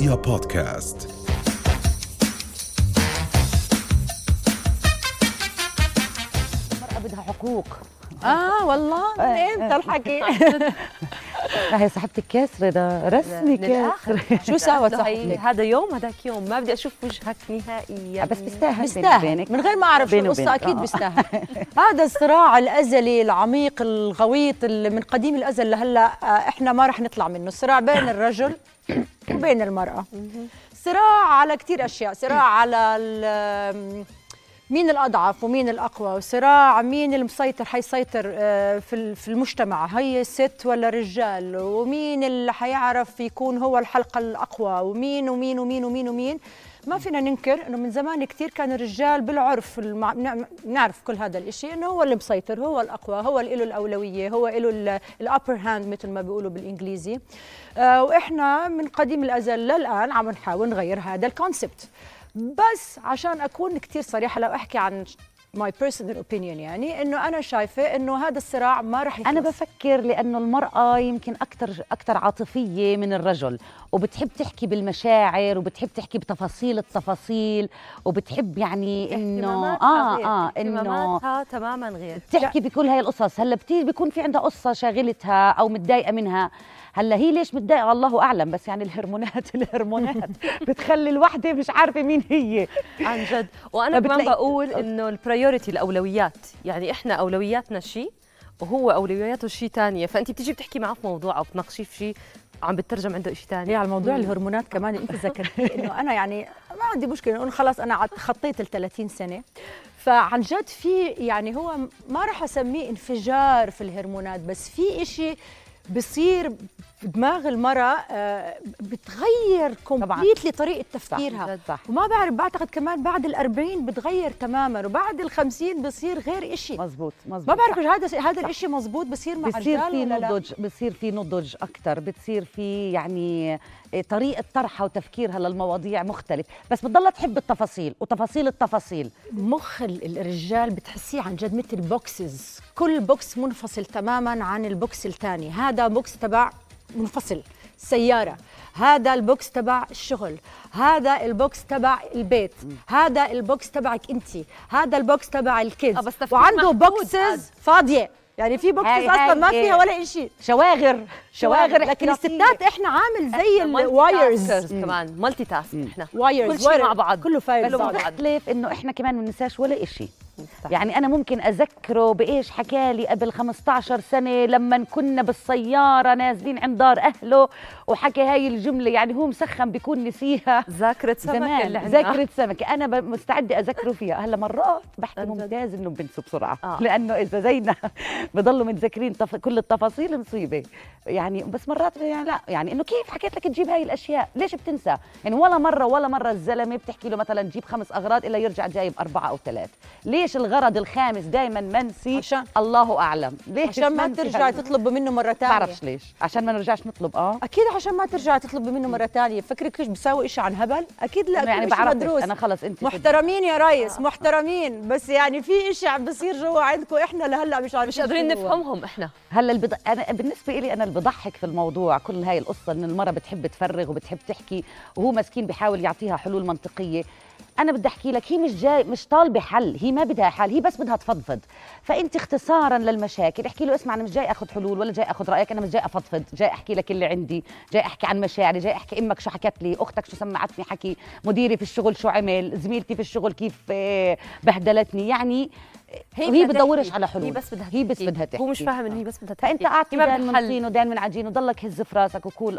رؤيا بودكاست. المرأة بدها حقوق. والله من امتى الحكي؟ هي صاحبتك كاسرة، ده رسمي كاسرة. شو ساوت صاحبتك؟ هذا يوم هذاك يوم ما بدي اشوف وجهك نهائيا. بس بيستاهل من غير ما اعرف شو القصة اكيد بيستاهل. هذا الصراع الازلي العميق الغويط اللي من قديم الازل لهلا احنا ما رح نطلع منه، الصراع بين الرجل وبين المرأة. صراع على كتير اشياء، صراع على مين الأضعف ومين الأقوى، وصراع مين المسيطر حيسيطر في المجتمع، هي الست ولا الرجال، ومين اللي حيعرف يكون هو الحلقة الأقوى، ومين ومين ومين ومين ومين. ما فينا ننكر إنه من زمان كتير كان الرجال بالعرف نعرف كل هذا الإشي إنه هو اللي مسيطر، هو الأقوى، هو اللي له الأولوية، هو له الأبر هاند مثل ما بيقولوا بالإنجليزي. وإحنا من قديم الأزل للآن عم نحاول نغير هذا الكونسبت. بس عشان أكون كتير صريحة، لو أحكي عن my personal opinion، يعني إنه أنا شايفة إنه هذا الصراع ما رح يخلص. أنا بفكر لأنه المرأة يمكن أكتر عاطفية من الرجل، وبتحب تحكي بالمشاعر، وبتحب تحكي بتفاصيل التفاصيل، وبتحب يعني إنه اهتماماتها تماماً غير، تحكي بكل هاي القصص. هلا بيكون في عندها قصة شاغلتها أو متضايقة منها. هلا هي ليش متضايقة الله أعلم، بس يعني الهرمونات بتخلي الوحدة مش عارفة مين هي عن جد. وأنا كمان بقول إنه البريوريتي، الأولويات، يعني إحنا أولوياتنا شيء وهو أولوياته شيء تانية، فأنت بتيجي بتحكي معه في موضوع أو بتناقشيه في شيء عم بترجم عنده شيء ثاني. على موضوع الهرمونات كمان انت ذكرتي انه انا يعني ما عندي مشكله نقول خلاص انا خطيت ال 30 سنه، فعن جد في يعني هو ما راح اسميه انفجار في الهرمونات، بس في إشي بصير دماغ المرأة بتغير كومبليتلي طريقة تفكيرها. صح. وما بعتقد كمان بعد ال40 بتغير تماما، وبعد ال50 بصير غير إشي. مزبوط. ما بعرف هذا الإشي مزبوط بصير مع الرجال ولا لا؟ بصير في نضج أكتر، بتصير في يعني طريقة طرحها وتفكيرها للمواضيع مختلف، بس بتضلها تحب التفاصيل وتفاصيل التفاصيل. مخ الرجال بتحسيه عن جد مثل بوكسز، كل بوكس منفصل تماما عن البوكس الثاني. هذا بوكس تبع منفصل سيارة، هذا البوكس تبع الشغل، هذا البوكس تبع البيت، هذا البوكس تبعك انتي، هذا البوكس تبع الكيدز، وعنده بوكسز فاضية، يعني في بوكسز اصلا ما فيها ولا شيء، شواغر. لكن الستات احنا عامل زي الوايرز كمان، مالتي تاسك، احنا وايرز كل شيء مع بعض، كله فاير. بس بختلف انه احنا كمان ما بننساش ولا شيء. يعني أنا ممكن أذكره بإيش حكالي قبل 15 سنة لما كنا بالسيارة نازلين عند دار أهله وحكى هاي الجملة، يعني هو مسخن بيكون نسيها. ذاكرة سمكة، ذاكرة سمكة، أنا مستعدة أذكره فيها. هلا مرات بحكي ممتاز إنه بنسوا بسرعة لأنه إذا زينا بضلوا متذكرين كل التفاصيل مصيبة يعني. بس مرات يعني لا، يعني إنه كيف حكيت لك تجيب هاي الأشياء، ليش بتنسى؟ يعني ولا مرة الزلمة بتحكي له مثلا جيب 5 أغراض إلا يرجع جايب 4 أو 3. ليش الغرض الخامس دايما منسي؟ عشان الله اعلم ليش، عشان ما ترجعي تطلبي منه مره ثانيه. بعرفش ليش، عشان ما نرجعش نطلب. اكيد عشان ما ترجعي تطلبي منه مره ثانيه. فكرك ايش بيساوي شيء عن هبل؟ اكيد لا، يعني بعرف انا خلص انت محترمين يا ريس، محترمين، بس يعني في شيء عم بيصير جوا عندكم احنا لهلا مش عارفين، مش قادرين نفهمهم احنا. هلا انا بالنسبه لي انا اللي بضحك في الموضوع كل هاي القصه ان المراه بتحب تفرغ وبتحب تحكي وهو مسكين بيحاول يعطيها حلول منطقيه. أنا بدي أحكي لك هي مش طالبة حل، هي ما بدها حل، هي بس بدها تفضفض. فأنت اختصارا للمشاكل احكي له اسمع أنا مش جاي أخذ حلول ولا جاي أخذ رأيك، أنا مش جاي أفضفض، جاي أحكي لك اللي عندي، جاي أحكي عن مشاعري، جاي أحكي أمك شو حكت لي، أختك شو سمعتني حكي، مديري في الشغل شو عمل، زميلتي في الشغل كيف بهدلتني. يعني هي بتدورش على حلول، هي بس بدها تحكي. هو مش فاهم إن هي بس بدها تحكي. فأنت أعطي دان من طين ودان من عجين وضلك هز في راسك وقول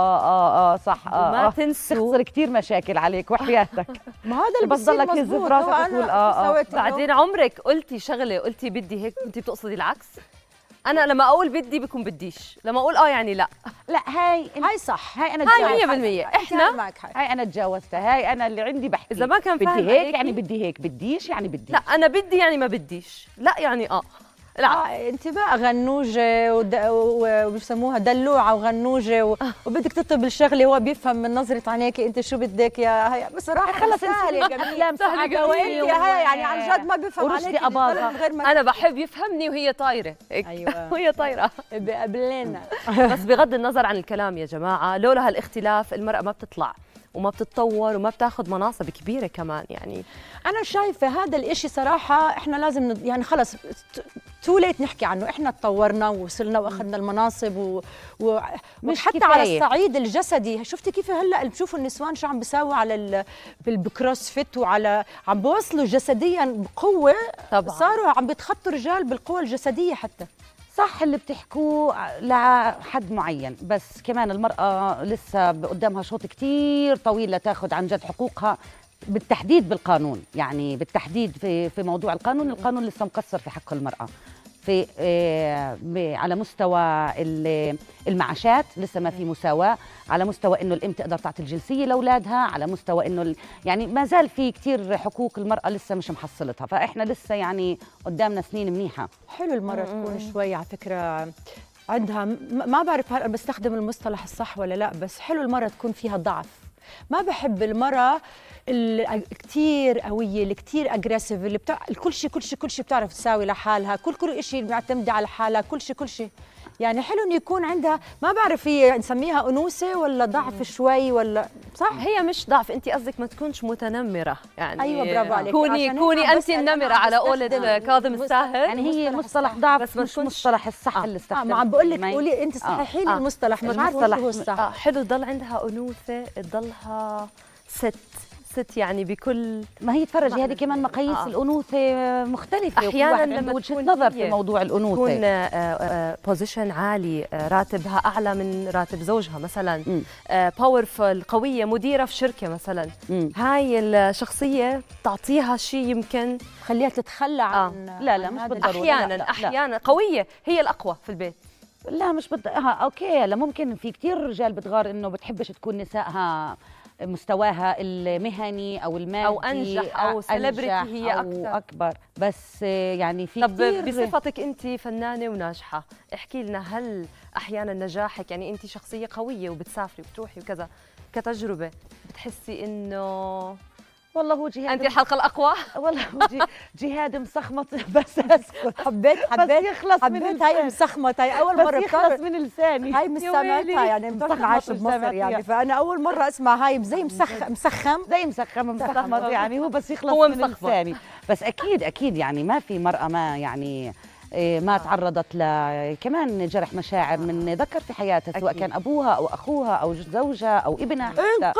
صح ما تنسوا تخسر كتير مشاكل عليك وحياتك. ما هذا اللي بس ضلك هز في راسك وقول بعدين عمرك قلتي شغله قلتي بدي هيك كنتي بتقصدي العكس؟ انا لما اقول بدي بكون بديش، لما اقول يعني لا هاي صح، هاي انا هاي 100%. احنا هاي انا تجاوزتها، هاي انا اللي عندي بحكي. اذا ما كان بدي هيك يعني بدي هيك، بديش يعني بدي. لا انا بدي يعني ما بديش، لا يعني لا انت بقى غنوجه وبيسموها دلوعه وغنوجه وبدك تطلب الشغله هو بيفهم من نظره عينيك انت شو بدك يا هي. بصراحه خلص سهل يا جميل، سهل وانت يا هي يعني عن جد ما بيفهم عليك انا بحب يفهمني وهي طايره هيك. ايوه وهي طايره بقبلنا. بس بغض النظر عن الكلام يا جماعه، لولا هالاختلاف المراه ما بتطلع وما بتتطور وما بتاخذ مناصب كبيره كمان. يعني انا شايفه هذا الاشي صراحه احنا لازم يعني خلص تو ليت نحكي عنه. احنا تطورنا ووصلنا واخذنا المناصب وحتى كفاية. على الصعيد الجسدي شفتي كيف هلا بشوفوا النسوان شو عم بيساووا على بالكروس فيت وعلى عم بوصلوا جسديا بقوه طبعا صاروا عم بيتخطوا رجال بالقوه الجسديه حتى. صح اللي بتحكوه لحد معين، بس كمان المرأة لسه قدامها شوط كتير طويل لتاخد عن جد حقوقها، بالتحديد بالقانون. يعني بالتحديد في موضوع القانون لسه مقصر في حق المرأة. في على مستوى المعاشات لسه ما في مساواة، على مستوى انه الام تقدر تعطي الجنسية لاولادها، على مستوى انه يعني ما زال في كتير حقوق المرأة لسه مش محصلتها. فاحنا لسه يعني قدامنا سنين منيحة. حلو المرأة تكون شوي على فكرة عندها ما بعرف هل بستخدم المصطلح الصح ولا لا، بس حلو المرأة تكون فيها ضعف. ما بحب المرأة كتير قوية، اللي كتير اجريسيف، اللي كل شيء بتعرف تساوي لحالها، كل شيء معتمدة على حالها، كل شيء. يعني حلو انه يكون عندها ما بعرف هي نسميها انوثه ولا ضعف شوي ولا صح. هي مش ضعف، انت قصدك ما تكونش متنمره. يعني ايوه برافو عليك. كوني انت النمره على قولة كاظم الساهر. يعني هي مصطلح ضعف بس مش مصطلح الصح اللي استخدمه. ما عم بقول لك قولي انت صححي لي المصطلح، مش عارفه شو هو الصح. حلو تضل عندها انوثه، تضلها ست يعني بكل ما هي تفرجي هذه كمان مقاييس الانوثه مختلفه. احيانا لما وجهه نظر في موضوع الانوثه تكون بوزيشن عالي، راتبها اعلى من راتب زوجها مثلا، باورفul قويه، مديره في شركه مثلا، هاي الشخصيه تعطيها شيء يمكن خليها تتخلى عن لا مش بالضروره. احيانا قويه هي الاقوى في البيت. لا مش اوكي. لا ممكن في كتير رجال بتغار انه بتحبش تكون نسائها مستواها المهني او المادي او انجح او سيلبرتي هي أو اكبر. بس يعني في طب كتير. بصفتك انت فنانه وناجحه، احكي لنا هل احيانا نجاحك، يعني انت شخصيه قويه وبتسافري وبتروحي وكذا، كتجربه بتحسي انه والله هو جهاد انت الحلقه الاقوى؟ والله هو جهاد مسخمط بس اسكت. حبيت يخلص من هاي مسخمط. هاي اول مره يخلص من لساني. هاي مش سمعتها يعني بتعرف عايشه بمصر يعني، فانا اول مره اسمع هاي زي مسخم يعني هو بس يخلص من لساني. بس اكيد يعني ما في مرأة ما يعني ما تعرضت كمان جرح مشاعر من ذكر في حياتها، سواء كان ابوها او اخوها او زوجها او ابنها.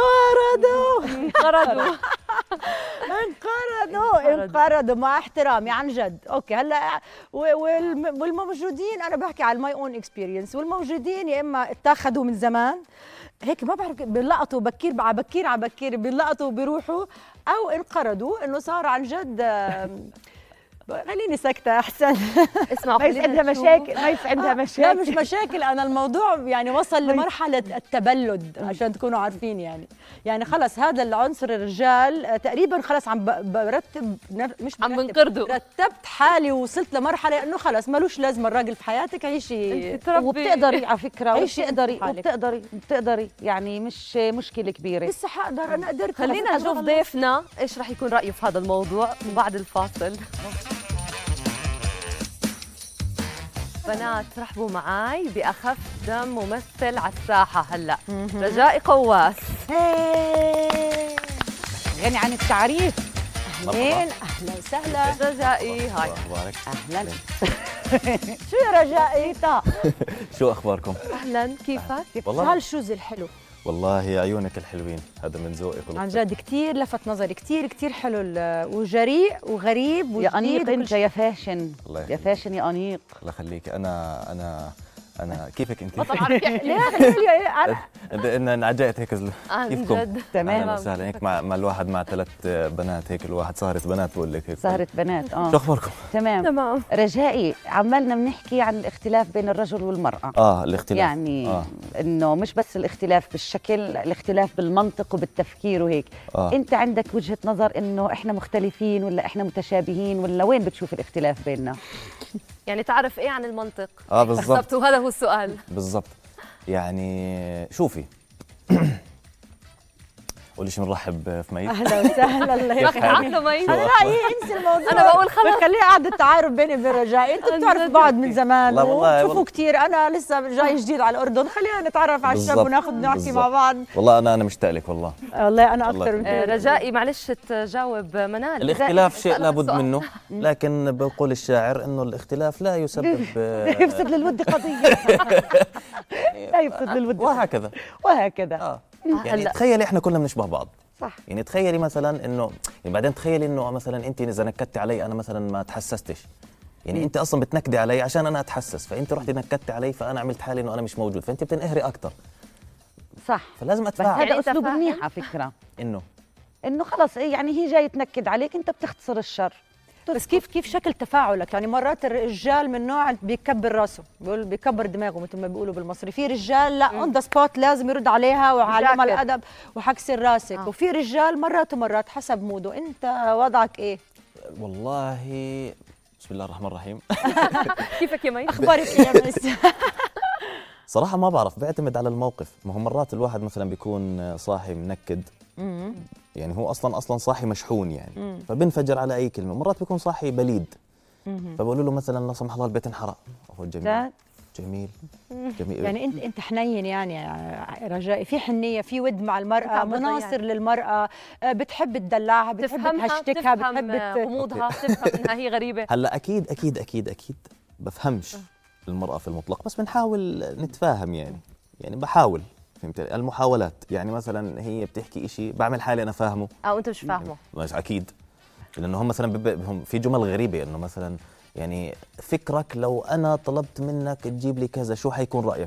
انقرضوا مع احترامي عن جد. اوكي هلا والموجودين، انا بحكي على ماي اون اكسبيرينس، والموجودين يا اما اتاخذوا من زمان هيك ما بعرف بيلقطوا بكير بيلقطوا وبيروحوا، او انقرضوا انه صار عن جد. خليني ساكتة أحسن. اسمعوا ما عندها مشاكل، لا مش مشاكل. أنا الموضوع يعني وصل لمرحلة التبلد عشان تكونوا عارفين يعني خلص هذا العنصر الرجال تقريبا خلص عم برتب عم بنقرضوا. رتبت حالي ووصلت لمرحلة إنه خلص مالوش لازمة الراجل في حياتك. عيشي وبتقدري على فكرة وبتقدري يعني مش مشكلة كبيرة. لسه حقدر. أنا قدرت. خلينا نشوف ضيفنا إيش رح يكون رأيه في هذا الموضوع بعد الفاصل. بنات رحبوا معاي بأخف دم ممثل على الساحة هلا، رجاء قواس. غني عن التعريف. أهلا وسهلا رجائي. هاي أخبارك؟ أهلا. شو يا رجائي؟ شو أخباركم؟ أهلا، كيفك؟ والله هالشوز الحلو. والله عيونك الحلوين، هذا من ذوقك عن جد كثير لفت نظري، كثير حلو وجريء وغريب يا أنيق انت يا فاشن. يا فاشن يا أنيق. الله يخليك. انا كيفك انت؟ بطل عارف ليه ان انعجقت هيك كيفكم؟ تمام. اهلا وسهلا. هيك مع الواحد مع 3 بنات هيك، الواحد سهرة بنات بقول لك هيك. سهرة بنات. شو اخباركم؟ تمام. رجائي عمالنا بنحكي عن الاختلاف بين الرجل والمرأة. الاختلاف يعني انه مش بس الاختلاف بالشكل، الاختلاف بالمنطق وبالتفكير وهيك. انت عندك وجهة نظر انه احنا مختلفين ولا احنا متشابهين، ولا وين بتشوف الاختلاف بيننا؟ يعني تعرف ايه عن المنطق؟ بالضبط. وهذا هو السؤال بالضبط. يعني شوفي اول شيء بنرحب في مي. اهلا وسهلا. الله يخليك. عقله مي. انا رايي انسى الموضوع، انا بقول خلص خليه قاعده تعارف بيني وبين رجاء. انتوا بتعرفوا بعض من زمان وتشوفوا كثير، انا لسه جاي جديد على الاردن، خلينا نتعرف على الشاب وناخذ نحكي مع بعض. والله انا مشتاق لك والله. والله انا اكثر من رجائي معلش تجاوب منال. الاختلاف شيء لابد منه، لكن بقول الشاعر انه الاختلاف لا يسبب يفسد للود قضيه. لا يفسد للود وهكذا يعني تخيلي احنا كلنا بنشبه بعض، صح. يعني تخيلي مثلا انه يعني بعدين تخيلي انه مثلا انت اذا نكدتي علي انا مثلا ما تحسستش، يعني انت اصلا بتنكدي علي عشان انا اتحسس، فانت رحتي نكدتي علي فانا عملت حالي انه انا مش موجود، فانت بتنقهري اكثر. صح. فلازم بس اتفاعل. هذا اسلوب منيح على فكره، انه خلص يعني هي جايه تنكد عليك، انت بتختصر الشر. بس كيف شكل تفاعلك؟ يعني مرات الرجال من نوع بيكبر راسه، بيقول بيكبر دماغه مثل ما بيقولوا بالمصري، في رجال لا اون ذا سبوت لازم يرد عليها وعلمها الادب وحكسر راسك، وفي رجال مرات حسب موده. انت وضعك ايه؟ والله بسم الله الرحمن الرحيم. كيفك يا مي؟ اخبارك ايه يا مس؟ صراحه ما بعرف، بيعتمد على الموقف. ما هو مرات الواحد مثلا بيكون صاحي منكد، يعني هو اصلا صاحي مشحون يعني، فبنفجر على اي كلمه. مرات بيكون صاحي بليد، فبقول له مثلا لا سمح الله البيت انحرق، هو جميل يعني انت حنين يعني يا رجائي، في حنيه، في ود مع المراه، مناصر للمراه، بتحب تدلعها، بتحب تشتكها، بتحب غموضها، بتفهم انها هي غريبه. هلا اكيد بفهمش المراه في المطلق، بس بنحاول نتفاهم يعني بحاول، فهمت المحاولات. يعني مثلا هي بتحكي إشي بعمل حالي انا فاهمه وانت مش فاهمه. مش اكيد، لانه هم مثلا هم في جمل غريبه، انه مثلا يعني فكرك لو انا طلبت منك تجيب لي كذا شو حيكون رايك؟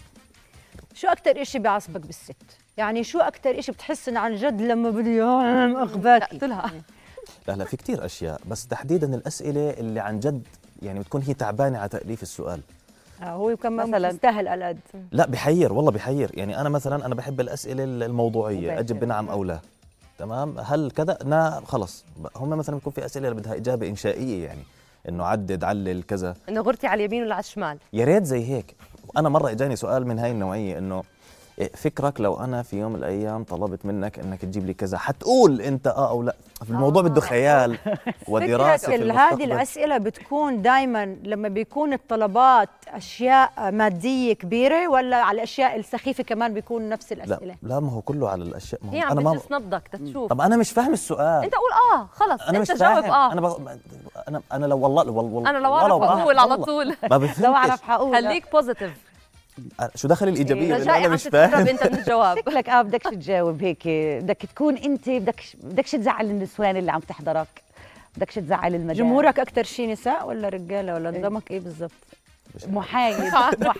شو اكثر إشي بيعصبك بالست؟ يعني شو اكثر إشي بتحس انه عن جد لما بدي اخباكي؟ لا في كتير اشياء، بس تحديدا الاسئله اللي عن جد يعني بتكون هي تعبانه على تاليف السؤال. هو كمان مثلا يستاهل القد. لا بحير، والله بحير. يعني انا مثلا انا بحب الاسئله الموضوعيه، اجب بنعم او لا، تمام، هل كذا خلص. هم مثلا بيكون في اسئله بدها اجابه انشائيه، يعني انه عدد علل كذا، انه غرتي على اليمين ولا على الشمال، يا ريت زي هيك. انا مره اجاني سؤال من هاي النوعيه، انه فكرك لو انا في يوم من الايام طلبت منك انك تجيب لي كذا حتقول انت او لا؟ الموضوع بده خيال ودراسه في المستقبل. هذه الاسئله بتكون دائما لما بيكون الطلبات اشياء ماديه كبيره، ولا على الاشياء السخيفه كمان بيكون نفس الاسئله؟ لا ما هو كله على الاشياء. هي عم بتجس نبضك تشوف. طب انا مش فاهم السؤال، انت قول خلص، أنا انت مش جاوب انا لو والله انا لو اعرف اقول على طول. ما بفهمش، لو اعرف حقول. خليك بوزيتيف. شو دخل الايجابيه؟ انا مش فاهم. انت من الجواب شكلك بدكش تجاوب هيك، بدك تكون انت بدكش تزعل النسوان اللي عم تحضرك، بدكش تزعل المدام. جمهورك اكثر شيء نساء ولا رجاله ولا نظامك ايه بالضبط؟ محايد.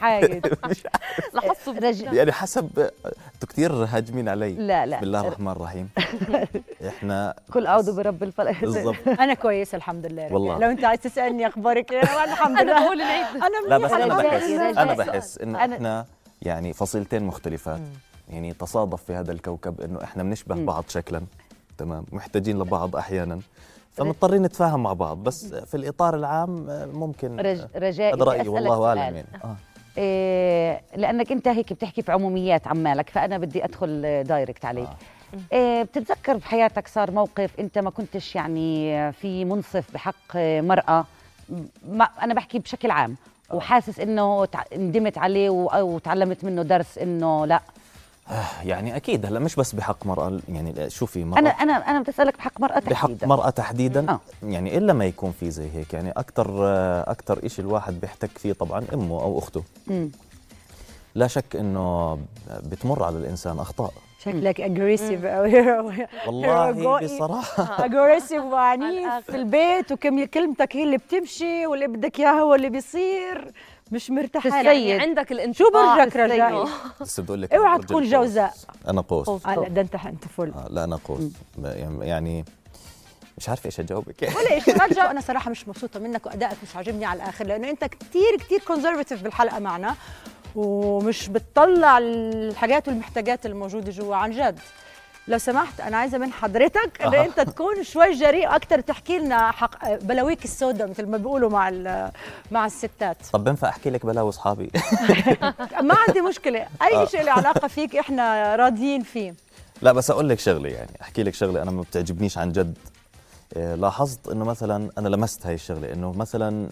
لاحظت يعني حسب. انتوا كثير هاجمين علي. لا بسم الله الرحمن الرحيم. احنا كل اعوذ برب الفلق. بالضبط. انا كويس الحمد لله والله. لو انت عايز تسالني اخبارك ايه انا الحمد لله. انا بقول العيد. لا بس انا بحس انه احنا يعني فصيلتين مختلفات، يعني تصادف في هذا الكوكب انه احنا بنشبه بعض شكلا، تمام، محتاجين لبعض احيانا، فمضطرين نتفاهم مع بعض. بس في الاطار العام ممكن رجائي هذا رايي والله اعلم يعني. لانك انت هيك بتحكي في عموميات عمالك، فانا بدي ادخل دايركت عليك. بتتذكر بحياتك صار موقف انت ما كنتش يعني في منصف بحق مرأة، انا بحكي بشكل عام، وحاسس انه ندمت عليه وتعلمت منه درس انه لا؟ يعني اكيد هلا مش بس بحق مرأة، يعني شوفي مرأة، انا بدي اسالك بحق مرأة تحديدا. بحق مرأة تحديدا. يعني الا ما يكون في زي هيك، يعني اكثر شيء الواحد بيحتك فيه طبعا امه او اخته. لا شك انه بتمر على الانسان اخطاء. شكلك اجريسيف والله بصراحه اجريسيف وعنيف في البيت، وكلمتك هي اللي بتمشي واللي بدك اياه هو اللي بيصير، مش مرتاحه. يعني عندك الانطباع. شو برجك رجائي؟ بس بدي اقول لك اوعى تكون جوزاء. انا قوس. لا ده انت فل. لا انا قوس. يعني مش عارفه ايش اجاوبك. ولا ايش رجع. انا صراحه مش مبسوطه منك وادائك مش عاجبني على الاخر، لانه انت كثير كونزرفاتيف بالحلقه معنا، ومش بتطلع الحاجات والمحتاجات الموجوده جوا. عن جد لو سمحت انا عايزه من حضرتك ان انت تكون شوي جريء اكثر، تحكي لنا بلاويك السوداء مثل ما بيقولوا مع الستات. طب بنفع احكي لك بلاوي اصحابي؟ ما عندي مشكله، اي شيء له علاقه فيك احنا راضيين فيه. لا بس اقول لك شغله، يعني احكي لك شغله انا ما بتعجبنيش عن جد. لاحظت انه مثلا انا لمست هاي الشغله، انه مثلا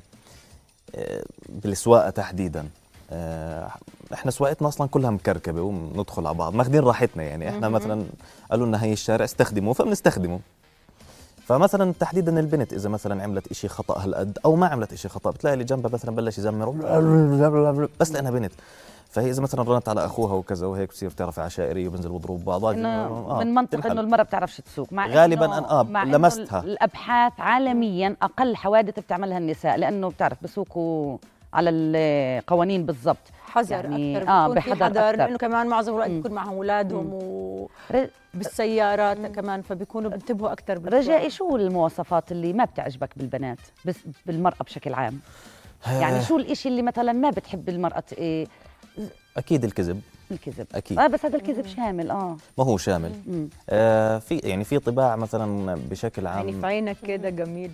بالسواقه تحديدا، احنا سواقتنا اصلا كلها مكركبه وندخل على بعض ماخذين راحتنا، يعني احنا مثلا قالوا لنا هي الشارع استخدمه فبنستخدمه. فمثلا تحديدا البنت اذا مثلا عملت إشي خطا هالقد او ما عملت إشي خطا، بتلاقي اللي جنبها مثلا بلش يزمر بس لانها بنت. فهي اذا مثلا رنت على اخوها وكذا وهيك بتصير بتعرف عشائريه وبنزل بضرب بعض. من منطق انه المراه بتعرفش تسوق، مع غالبا انا لمستها. الابحاث عالميا اقل حوادث بتعملها النساء، لانه بتعرف بسوقوا على القوانين بالضبط، حذر يعني اكثر، بحذر اكثر، لانه كمان معظم الوقت بيكون معهم اولادهم بالسيارات كمان، فبيكونوا بينتبهوا اكثر. رجائي، شو المواصفات اللي ما بتعجبك بالبنات بس بالمراه بشكل عام؟ يعني شو الإشي اللي مثلا ما بتحب المراه؟ اكيد الكذب اكيد. بس هذا الكذب شامل ما هو شامل. في يعني في طباع مثلا بشكل عام. يعني في عينك كده جميل.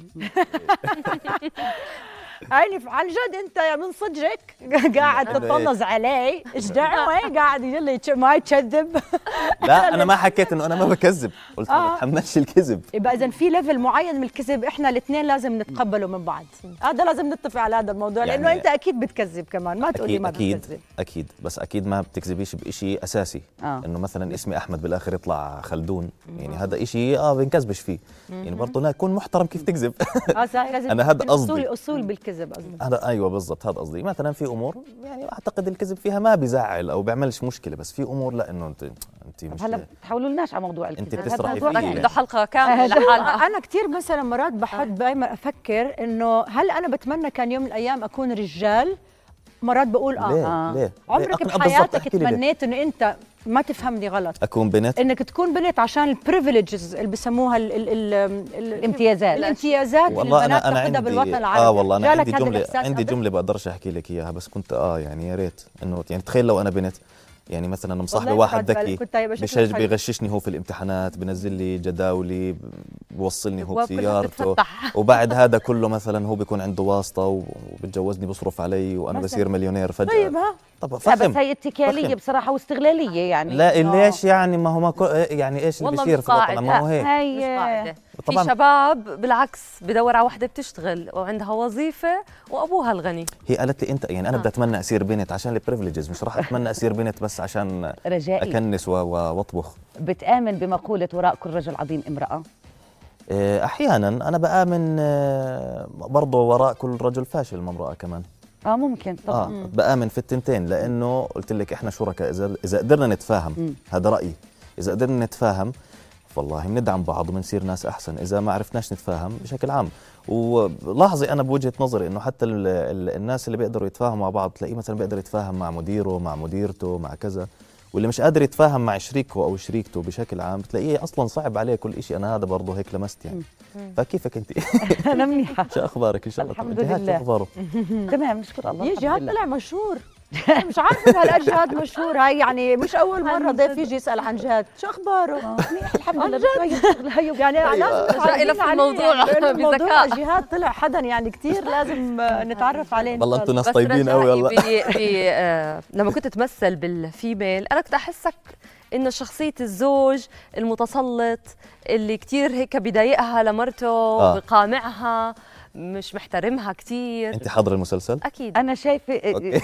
عيني عن جد انت من صدرك قاعد تطنز علي، ايش دعوه قاعد يجي ما يكذب. لا انا ما حكيت انه انا ما بكذب، قلت ما بتحملش الكذب. يبقى اذا في ليفل معين من الكذب احنا الاثنين لازم نتقبله من بعض، هذا لازم نتفق على هذا الموضوع، يعني لانه انت اكيد بتكذب كمان، ما تقولي ما بتكذب. اكيد بس اكيد ما بتكذبيش بشيء اساسي. انه مثلا اسمي احمد بالاخر يطلع خلدون، يعني هذا شيء بنكذبش فيه، يعني برضه لا كون محترم كيف تكذب. صحيح، لازم انا هذا قصدي، اصول بالكذب قصدي. هذا ايوه بالضبط، هذا قصدي. مثلا في امور يعني اعتقد الكذب فيها ما بيزعل او بيعملش مشكله، بس في امور لا، انه انت مش هلا تحاولوا لناش على موضوع الكذب، انت بتسرحي فيه يعني بده حلقه كامله لحالها. انا كثير مثلا مرات بحب دائما افكر انه هل انا بتمنى كان يوم من الايام اكون رجال؟ مرات بقول ليه؟ عمرك بحياتك تمنيت انه انت ما تفهمني غلط اكون بنت؟ انك تكون بنت عشان البريفليجز اللي بسموها الامتيازات اللي البنات تاخذها بالوطن العربي. والله انا عندي جمله بقدرش احكي لك اياها، بس كنت يعني يا ريت انه يعني تخيل لو انا بنت، يعني مثلا مصاحبه واحد ذكي بيغششني هو في الامتحانات، بنزل لي جداولي، بوصلني هو بسيارته، وبعد هذا كله مثلا هو بيكون عنده واسطه وبتجوزني بصرف علي وانا بصير مليونير فجاه. طيب طب بس هي اتكاليه بصراحه واستغلاليه يعني. لا ليش يعني؟ ما هو ما يعني ايش اللي بيصير في الوطن؟ ما هو هيك. في شباب بالعكس بدور على وحده بتشتغل وعندها وظيفه وابوها الغني. هي قالت لي انت يعني انا بدي اتمنى اصير بنت عشان البريفليجز، مش راح اتمنى اصير بنت بس عشان رجائي اكنس واطبخ. بتآمن بمقوله وراء كل رجل عظيم امراه؟ احيانا انا بآمن برضه وراء كل رجل فاشل امراه كمان. ممكن طبعا. بآمن في التنتين، لانه قلت لك احنا شركاء، اذا قدرنا نتفاهم، هذا رأيي، اذا قدرنا نتفاهم والله بندعم بعض وبنصير ناس احسن. اذا ما عرفناش نتفاهم بشكل عام، ولاحظي انا بوجهه نظري انه حتى الناس اللي بيقدروا يتفاهموا مع بعض تلاقيه مثلا بيقدر يتفاهم مع مديره، مع مديرته، مع كذا، واللي مش قادر يتفاهم مع شريكه او شريكته بشكل عام بتلاقيه اصلا صعب عليه كل شيء. انا هذا برضه هيك لمست يعني. فكيفك انت؟ انا منيحه. شو اخبارك؟ ان شاء الله الحمد لله. شو اخباره؟ تمام نشكر الله. يا جهاد طلع مشهور. مش عارفه هلا جهاد مشهور، هاي يعني مش اول مره ضيف يجي يسال عن جهاد شو اخباره. الحمد لله يعني لازم نتعرف على الموضوع بذكاء. جهاد طلع حدا يعني كثير لازم نتعرف عليه. والله انتم ناس طيبين قوي والله. لما كنت تمثل بالفيميل انا كنت احسك انه شخصيه الزوج المتسلط اللي كثير هيك بضايقها لمرته، بقامعها، مش محترمها كثير. انت حاضر المسلسل؟ اكيد. انا شايفه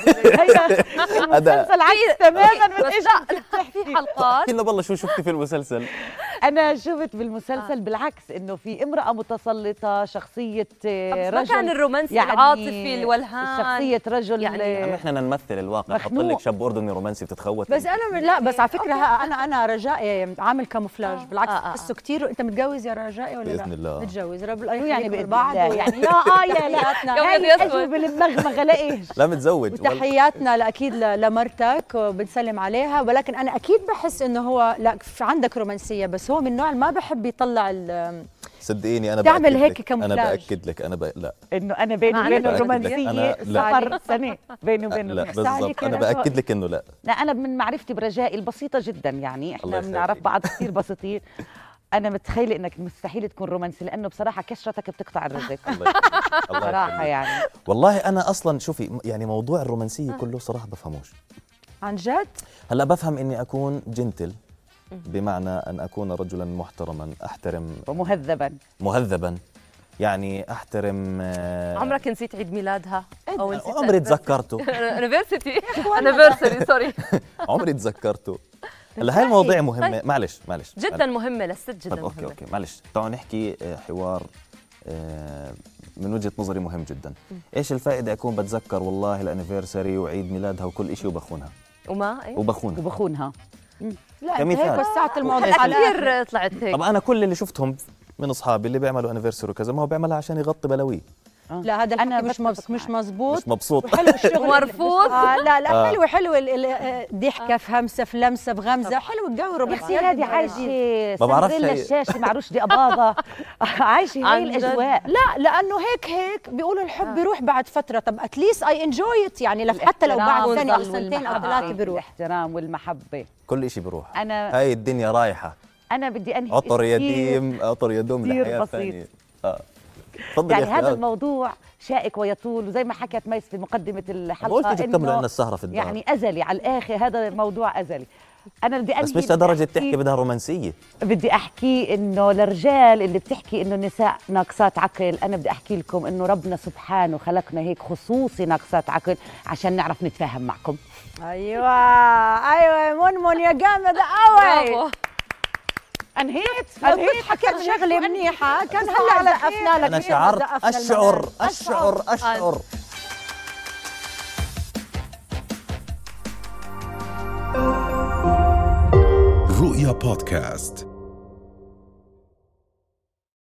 المسلسل عكس تماما من ايش في حلقات. كنا والله شو شفتي في المسلسل؟ انا شفت بالمسلسل بالعكس انه في امراه متسلطه، شخصيه رجل، ما كان الرومانسي يعني العاطفي الولهان، شخصيه رجل يعني احنا نمثل الواقع، نحط لك شاب اردني رومانسي بتتخوت. بس انا لا، بس على فكره انا رجائي عامل كاموفلاج بالعكس. بحسه كثير. انت متجوز يا رجائي ولا لا؟ باذن الله متجوز. رب يعني بعض يعني يا اجوا بالمغمغه لايش؟ لا متزوج. وتحياتنا اكيد لمرتك وبنسلم عليها، ولكن انا اكيد بحس انه هو لا عندك رومانسيه، بس هو من النوع اللي ما بحب يطلع صدقيني انا تعمل هيك كاموفلاج. انا باكد لك لا انه انا بيني وبين الرومانسيه صار سنه بيني وبينه. لا بالضبط انا باكد لك انه لا انا من معرفتي برجائي البسيطه جدا، يعني احنا بنعرف بعض كثير بسيطين. أنا متخيلة إنك مستحيل تكون رومانسي، لأنه بصراحة كشرتك بتقطع الرزق. صراحة يعني والله أنا أصلاً شوفي يعني موضوع الرومانسية كله صراحة بفهموش عن جد. هلا بفهم إني أكون جنتل بمعنى أن أكون رجلا محترما، أحترم ومهذبا، يعني أحترم. عمرك نسيت عيد ميلادها أو عمري تذكرته anniversary سوري عمري تذكرته. هلا هاي المواضيع مهمة. معلش جدا مهمة للست، جدا طيب مهمة. أوكي معلش، تعالوا نحكي حوار من وجهة نظري مهم جدا. إيش الفائدة أكون بتذكر والله الانيفرساري وعيد ميلادها وكل إشي وبخونها وبخونها لا كمثال. انت هيك وسعت الموضوع كثير طلعت هيك. طب أنا كل اللي شفتهم من أصحابي اللي بيعملوا انيفرساري وكذا ما هو بيعملها عشان يغطي بلاويه. لا هذا الحكي مش مزبوط، مش مبسوط وحلو الشغل مرفوض. لا حلو ضحكه في همسه في لمسه بغمزه، حلو الجو. بس هذه عايشه سندريلا الشاشه مع رشدي أباظة عايشه هاي الاجواء. لا لانه هيك بيقولوا الحب بيروح بعد فتره. طب اتليست اي انجوي ات، يعني حتى لو بعد سنه او سنتين او ثلاثه بيروح. الاحترام والمحبه كل شيء بيروح. هاي الدنيا رايحه. انا بدي انهي عطر يدوم لحياه ثانيه. يعني هذا الموضوع شائك ويطول، وزي ما حكت ميس في مقدمة الحلقة إنه تكملوا لنا السهرة في الدار، يعني أزلي على الآخر. هذا موضوع أزلي. أنا بدي بس مش لدرجة تحكي بدها رومانسية. بدي أحكي إنه للرجال اللي بتحكي إنه النساء ناقصات عقل، أنا بدي أحكي لكم إنه ربنا سبحانه خلقنا هيك خصوصي ناقصات عقل عشان نعرف نتفاهم معكم. أيوة منمن يا جامدة قوي. أنهيت حكيت شغلة منيحة كان هلا زقفنا لك. أنا شعرت أشعر رؤيا بودكاست.